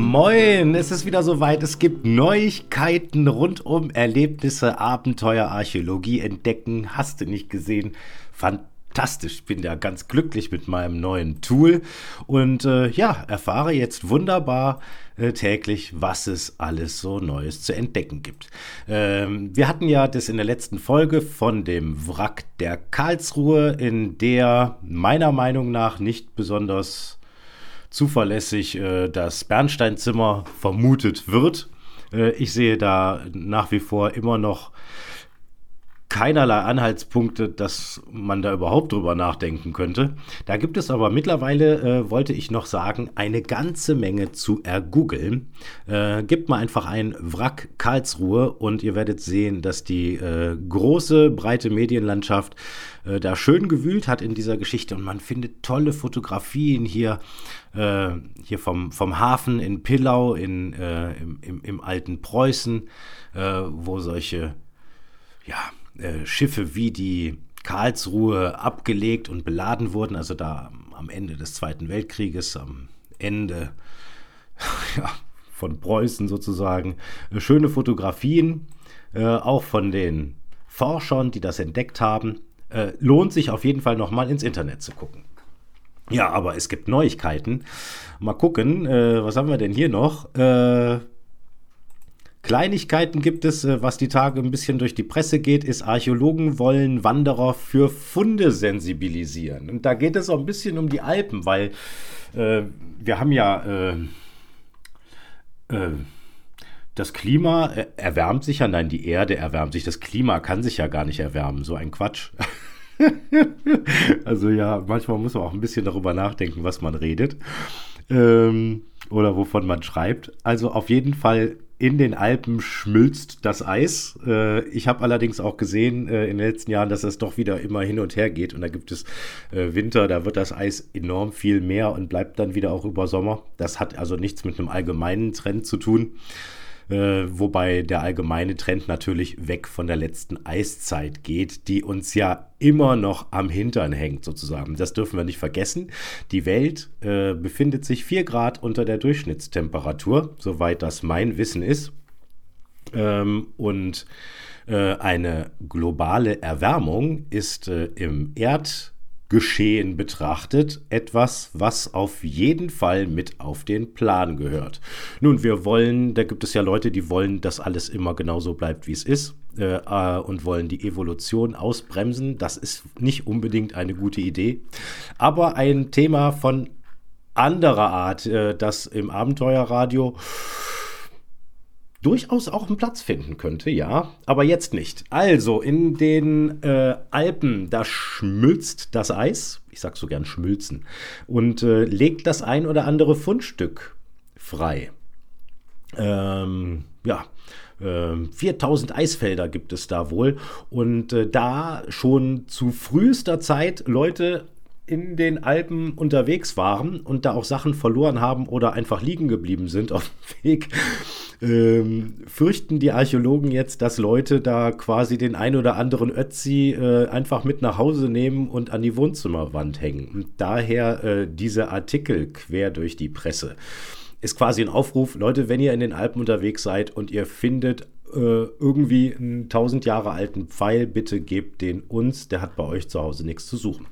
Moin, es ist wieder soweit. Es gibt Neuigkeiten rund um Erlebnisse, Abenteuer, Archäologie, Entdecken. Hast du nicht gesehen? Fantastisch. Ich bin ja ganz glücklich mit meinem neuen Tool und erfahre jetzt wunderbar täglich, was es alles so Neues zu entdecken gibt. Wir hatten ja das in der letzten Folge von dem Wrack der Karlsruhe, in der meiner Meinung nach nicht besonders zuverlässig das Bernsteinzimmer vermutet wird. Ich sehe da nach wie vor immer noch keinerlei Anhaltspunkte, dass man da überhaupt drüber nachdenken könnte. Da gibt es aber mittlerweile, wollte ich noch sagen, eine ganze Menge zu ergoogeln. Gebt mal einfach ein Wrack Karlsruhe und ihr werdet sehen, dass die große, breite Medienlandschaft da schön gewühlt hat in dieser Geschichte und man findet tolle Fotografien hier vom Hafen in Pillau im alten Preußen, wo solche Schiffe wie die Karlsruhe abgelegt und beladen wurden, also da am Ende des Zweiten Weltkrieges, am Ende von Preußen sozusagen. Schöne Fotografien, auch von den Forschern, die das entdeckt haben. Lohnt sich auf jeden Fall nochmal ins Internet zu gucken. Ja, aber es gibt Neuigkeiten. Mal gucken, was haben wir denn hier noch? Kleinigkeiten gibt es, was die Tage ein bisschen durch die Presse geht, ist, Archäologen wollen Wanderer für Funde sensibilisieren. Und da geht es auch ein bisschen um die Alpen, weil wir haben ja das Klima erwärmt sich ja, nein, die Erde erwärmt sich, das Klima kann sich ja gar nicht erwärmen, so ein Quatsch. Also ja, manchmal muss man auch ein bisschen darüber nachdenken, was man redet oder wovon man schreibt. Also auf jeden Fall in den Alpen schmilzt das Eis. Ich habe allerdings auch gesehen in den letzten Jahren, dass das doch wieder immer hin und her geht. Und da gibt es Winter, da wird das Eis enorm viel mehr und bleibt dann wieder auch über Sommer. Das hat also nichts mit einem allgemeinen Trend zu tun. Wobei der allgemeine Trend natürlich weg von der letzten Eiszeit geht, die uns ja immer noch am Hintern hängt sozusagen. Das dürfen wir nicht vergessen. Die Welt befindet sich 4 Grad unter der Durchschnittstemperatur, soweit das mein Wissen ist. Und eine globale Erwärmung ist im Erdgeschehen betrachtet etwas, was auf jeden Fall mit auf den Plan gehört. Nun, da gibt es ja Leute, die wollen, dass alles immer genauso bleibt, wie es ist und wollen die Evolution ausbremsen. Das ist nicht unbedingt eine gute Idee. Aber ein Thema von anderer Art, das im Abenteuerradio durchaus auch einen Platz finden könnte, ja, aber jetzt nicht. Also, in den Alpen, da schmilzt das Eis, ich sag so gern schmilzen, und legt das ein oder andere Fundstück frei. 4000 Eisfelder gibt es da wohl und da schon zu frühester Zeit Leute in den Alpen unterwegs waren und da auch Sachen verloren haben oder einfach liegen geblieben sind auf dem Weg, fürchten die Archäologen jetzt, dass Leute da quasi den ein oder anderen Ötzi einfach mit nach Hause nehmen und an die Wohnzimmerwand hängen. Und daher diese Artikel quer durch die Presse. Ist quasi ein Aufruf, Leute, wenn ihr in den Alpen unterwegs seid und ihr findet irgendwie einen 1000 Jahre alten Pfeil, bitte gebt den uns, der hat bei euch zu Hause nichts zu suchen.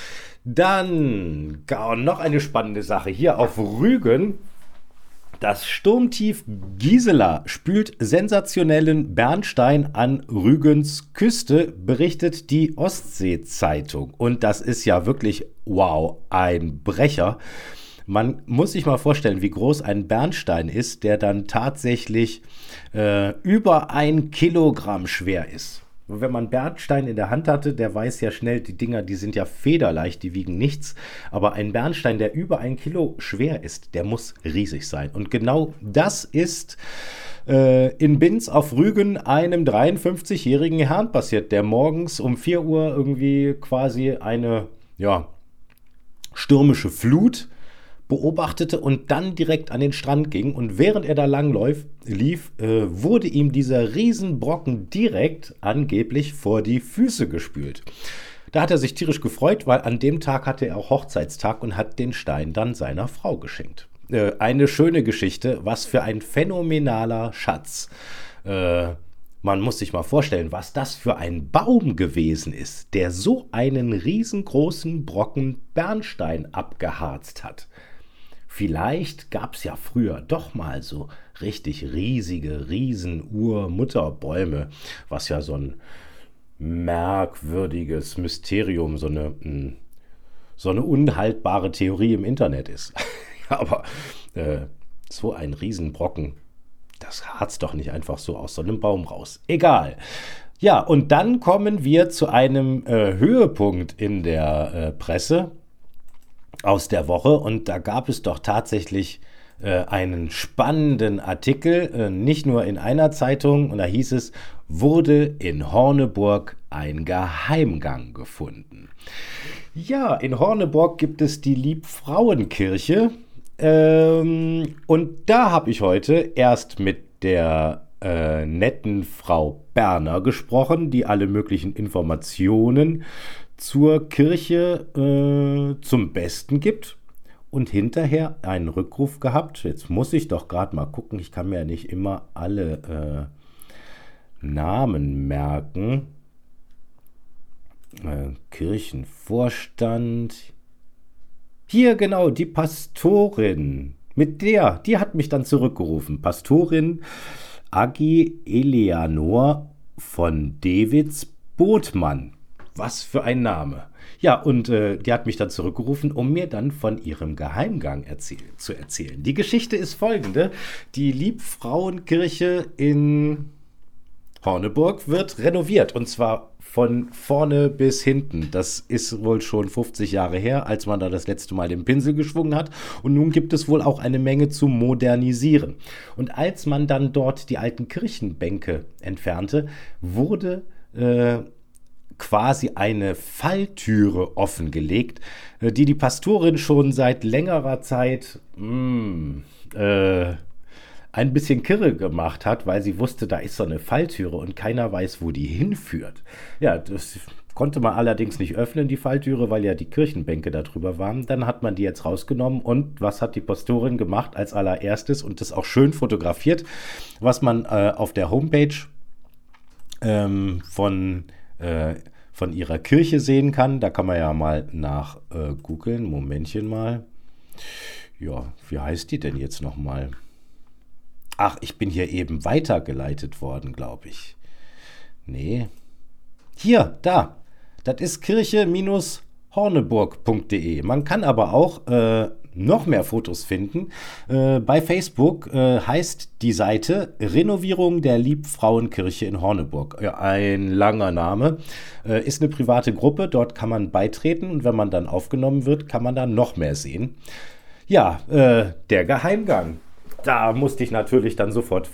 Dann noch eine spannende Sache hier auf Rügen. Das Sturmtief Gisela spült sensationellen Bernstein an Rügens Küste, berichtet die Ostsee-Zeitung. Und das ist ja wirklich, wow, ein Brecher. Man muss sich mal vorstellen, wie groß ein Bernstein ist, der dann tatsächlich über 1 Kilogramm schwer ist. Wenn man Bernstein in der Hand hatte, der weiß ja schnell, die Dinger, die sind ja federleicht, die wiegen nichts. Aber ein Bernstein, der über 1 Kilo schwer ist, der muss riesig sein. Und genau das ist in Binz auf Rügen einem 53-jährigen Herrn passiert, der morgens um 4 Uhr irgendwie quasi eine stürmische Flut beobachtete und dann direkt an den Strand ging. Und während er da lang lief, wurde ihm dieser Riesenbrocken direkt angeblich vor die Füße gespült. Da hat er sich tierisch gefreut, weil an dem Tag hatte er auch Hochzeitstag und hat den Stein dann seiner Frau geschenkt. eine schöne Geschichte, was für ein phänomenaler Schatz. Man muss sich mal vorstellen, was das für ein Baum gewesen ist, der so einen riesengroßen Brocken Bernstein abgeharzt hat. Vielleicht gab es ja früher doch mal so richtig riesige Riesen-Urmutterbäume, was ja so ein merkwürdiges Mysterium, so eine unhaltbare Theorie im Internet ist. Aber so ein Riesenbrocken, das harzt doch nicht einfach so aus so einem Baum raus. Egal. Ja, und dann kommen wir zu einem Höhepunkt in der Presse aus der Woche. Und da gab es doch tatsächlich einen spannenden Artikel, nicht nur in einer Zeitung. Und da hieß es, wurde in Horneburg ein Geheimgang gefunden. Ja, in Horneburg gibt es die Liebfrauenkirche. Und da habe ich heute erst mit der netten Frau Berner gesprochen, die alle möglichen Informationen zur Kirche zum Besten gibt. Und hinterher einen Rückruf gehabt. Jetzt muss ich doch gerade mal gucken. Ich kann mir ja nicht immer alle Namen merken. Kirchenvorstand. Hier genau, die Pastorin. Die hat mich dann zurückgerufen. Pastorin Agi Eleanor von Dewitz-Botmann. Was für ein Name. Ja, und die hat mich dann zurückgerufen, um mir dann von ihrem Geheimgang zu erzählen. Die Geschichte ist folgende. Die Liebfrauenkirche in Horneburg wird renoviert, und zwar von vorne bis hinten. Das ist wohl schon 50 Jahre her, als man da das letzte Mal den Pinsel geschwungen hat. Und nun gibt es wohl auch eine Menge zu modernisieren. Und als man dann dort die alten Kirchenbänke entfernte, wurde quasi eine Falltüre offengelegt, die Pastorin schon seit längerer Zeit ein bisschen kirre gemacht hat, weil sie wusste, da ist so eine Falltüre und keiner weiß, wo die hinführt. Ja, das konnte man allerdings nicht öffnen, die Falltüre, weil ja die Kirchenbänke da drüber waren. Dann hat man die jetzt rausgenommen und was hat die Pastorin gemacht als allererstes und das auch schön fotografiert, was man auf der Homepage von ihrer Kirche sehen kann. Da kann man ja mal nach googeln. Momentchen mal. Ja, wie heißt die denn jetzt nochmal? Ach, ich bin hier eben weitergeleitet worden, glaube ich. Nee. Hier, da. Das ist kirche-horneburg.de. Man kann aber auch noch mehr Fotos finden. Bei Facebook heißt die Seite Renovierung der Liebfrauenkirche in Horneburg. Ja, ein langer Name. Ist eine private Gruppe. Dort kann man beitreten und wenn man dann aufgenommen wird, kann man dann noch mehr sehen. Ja, der Geheimgang. Da musste ich natürlich dann sofort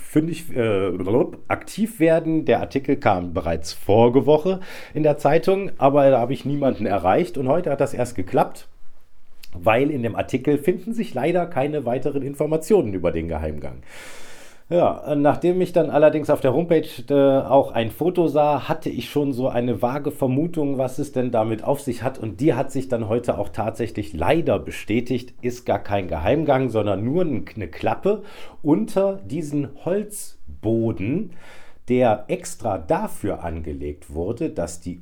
aktiv werden. Der Artikel kam bereits vorige Woche in der Zeitung, aber da habe ich niemanden erreicht und heute hat das erst geklappt, weil in dem Artikel finden sich leider keine weiteren Informationen über den Geheimgang. Ja, nachdem ich dann allerdings auf der Homepage auch ein Foto sah, hatte ich schon so eine vage Vermutung, was es denn damit auf sich hat. Und die hat sich dann heute auch tatsächlich leider bestätigt. Ist gar kein Geheimgang, sondern nur eine Klappe unter diesen Holzboden, der extra dafür angelegt wurde, dass die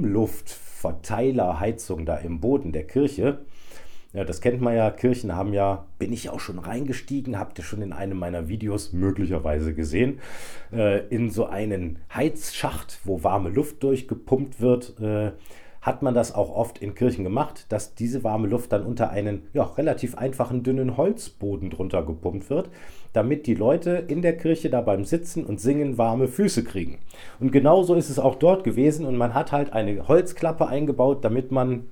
Umluftverteilerheizung da im Boden der Kirche, ja, das kennt man ja, Kirchen haben ja, bin ich auch schon reingestiegen, habt ihr schon in einem meiner Videos möglicherweise gesehen, in so einen Heizschacht, wo warme Luft durchgepumpt wird, hat man das auch oft in Kirchen gemacht, dass diese warme Luft dann unter einen relativ einfachen, dünnen Holzboden drunter gepumpt wird, damit die Leute in der Kirche da beim Sitzen und Singen warme Füße kriegen. Und genauso ist es auch dort gewesen und man hat halt eine Holzklappe eingebaut, damit man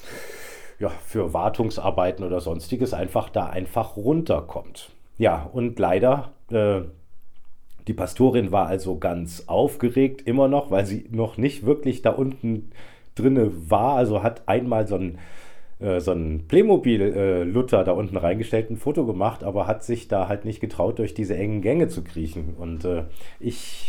für Wartungsarbeiten oder sonstiges einfach runterkommt. Ja, und leider, die Pastorin war also ganz aufgeregt, immer noch, weil sie noch nicht wirklich da unten drinne war. Also hat einmal so ein Playmobil-Luther da unten reingestellt, ein Foto gemacht, aber hat sich da halt nicht getraut, durch diese engen Gänge zu kriechen. Und ich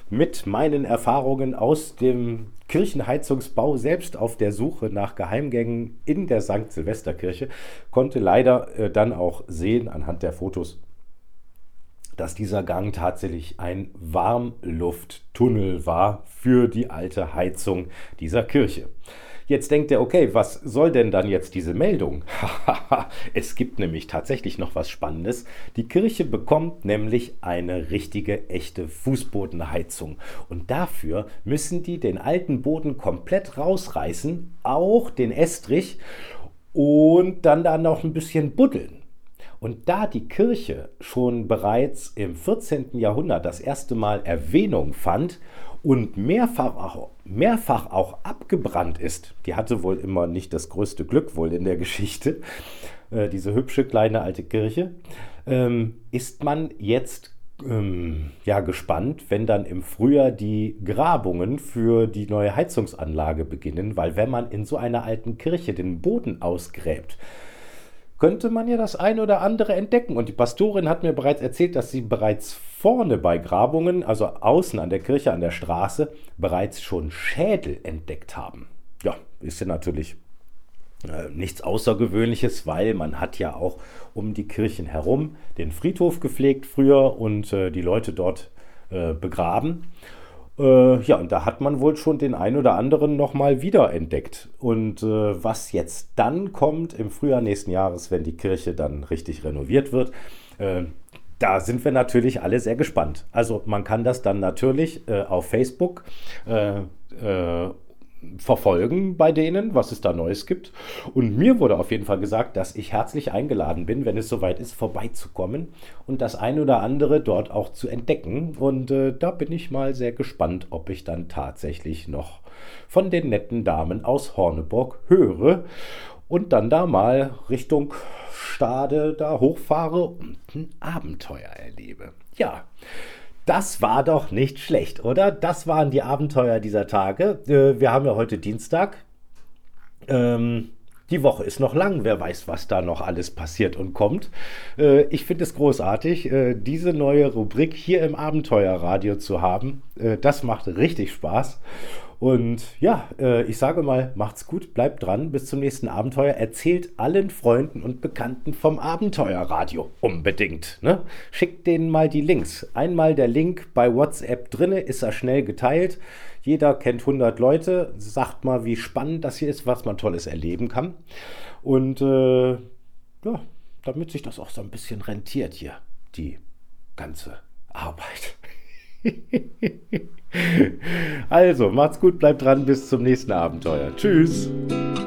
mit meinen Erfahrungen aus dem Kirchenheizungsbau, selbst auf der Suche nach Geheimgängen in der St. Silvesterkirche, konnte leider dann auch sehen anhand der Fotos, dass dieser Gang tatsächlich ein Warmlufttunnel war für die alte Heizung dieser Kirche. Jetzt denkt er, okay, was soll denn dann jetzt diese Meldung? Es gibt nämlich tatsächlich noch was Spannendes. Die Kirche bekommt nämlich eine richtige, echte Fußbodenheizung. Und dafür müssen die den alten Boden komplett rausreißen, auch den Estrich, und dann da noch ein bisschen buddeln. Und da die Kirche schon bereits im 14. Jahrhundert das erste Mal Erwähnung fand und mehrfach auch abgebrannt ist, die hatte wohl immer nicht das größte Glück wohl in der Geschichte, diese hübsche kleine alte Kirche, ist man jetzt gespannt, wenn dann im Frühjahr die Grabungen für die neue Heizungsanlage beginnen, weil wenn man in so einer alten Kirche den Boden ausgräbt, könnte man ja das ein oder andere entdecken. Und die Pastorin hat mir bereits erzählt, dass sie bereits vorne bei Grabungen, also außen an der Kirche, an der Straße, bereits schon Schädel entdeckt haben. Ja, ist ja natürlich nichts Außergewöhnliches, weil man hat ja auch um die Kirchen herum den Friedhof gepflegt früher und die Leute dort begraben. Und da hat man wohl schon den ein oder anderen nochmal wiederentdeckt. Und was jetzt dann kommt im Frühjahr nächsten Jahres, wenn die Kirche dann richtig renoviert wird, da sind wir natürlich alle sehr gespannt. Also man kann das dann natürlich auf Facebook verfolgen bei denen, was es da Neues gibt. Und mir wurde auf jeden Fall gesagt, dass ich herzlich eingeladen bin, wenn es soweit ist, vorbeizukommen und das ein oder andere dort auch zu entdecken. Und da bin ich mal sehr gespannt, ob ich dann tatsächlich noch von den netten Damen aus Horneburg höre und dann da mal Richtung Stade da hochfahre und ein Abenteuer erlebe. Ja, das war doch nicht schlecht, oder? Das waren die Abenteuer dieser Tage. Wir haben ja heute Dienstag. Die Woche ist noch lang. Wer weiß, was da noch alles passiert und kommt. Ich finde es großartig, diese neue Rubrik hier im Abenteuerradio zu haben. Das macht richtig Spaß. Und ja, ich sage mal, macht's gut, bleibt dran, bis zum nächsten Abenteuer. Erzählt allen Freunden und Bekannten vom Abenteuerradio unbedingt. Ne? Schickt denen mal die Links. Einmal der Link bei WhatsApp drinne, ist er schnell geteilt. Jeder kennt 100 Leute. Sagt mal, wie spannend das hier ist, was man Tolles erleben kann. Und damit sich das auch so ein bisschen rentiert hier, die ganze Arbeit. Also, macht's gut, bleibt dran, bis zum nächsten Abenteuer. Tschüss.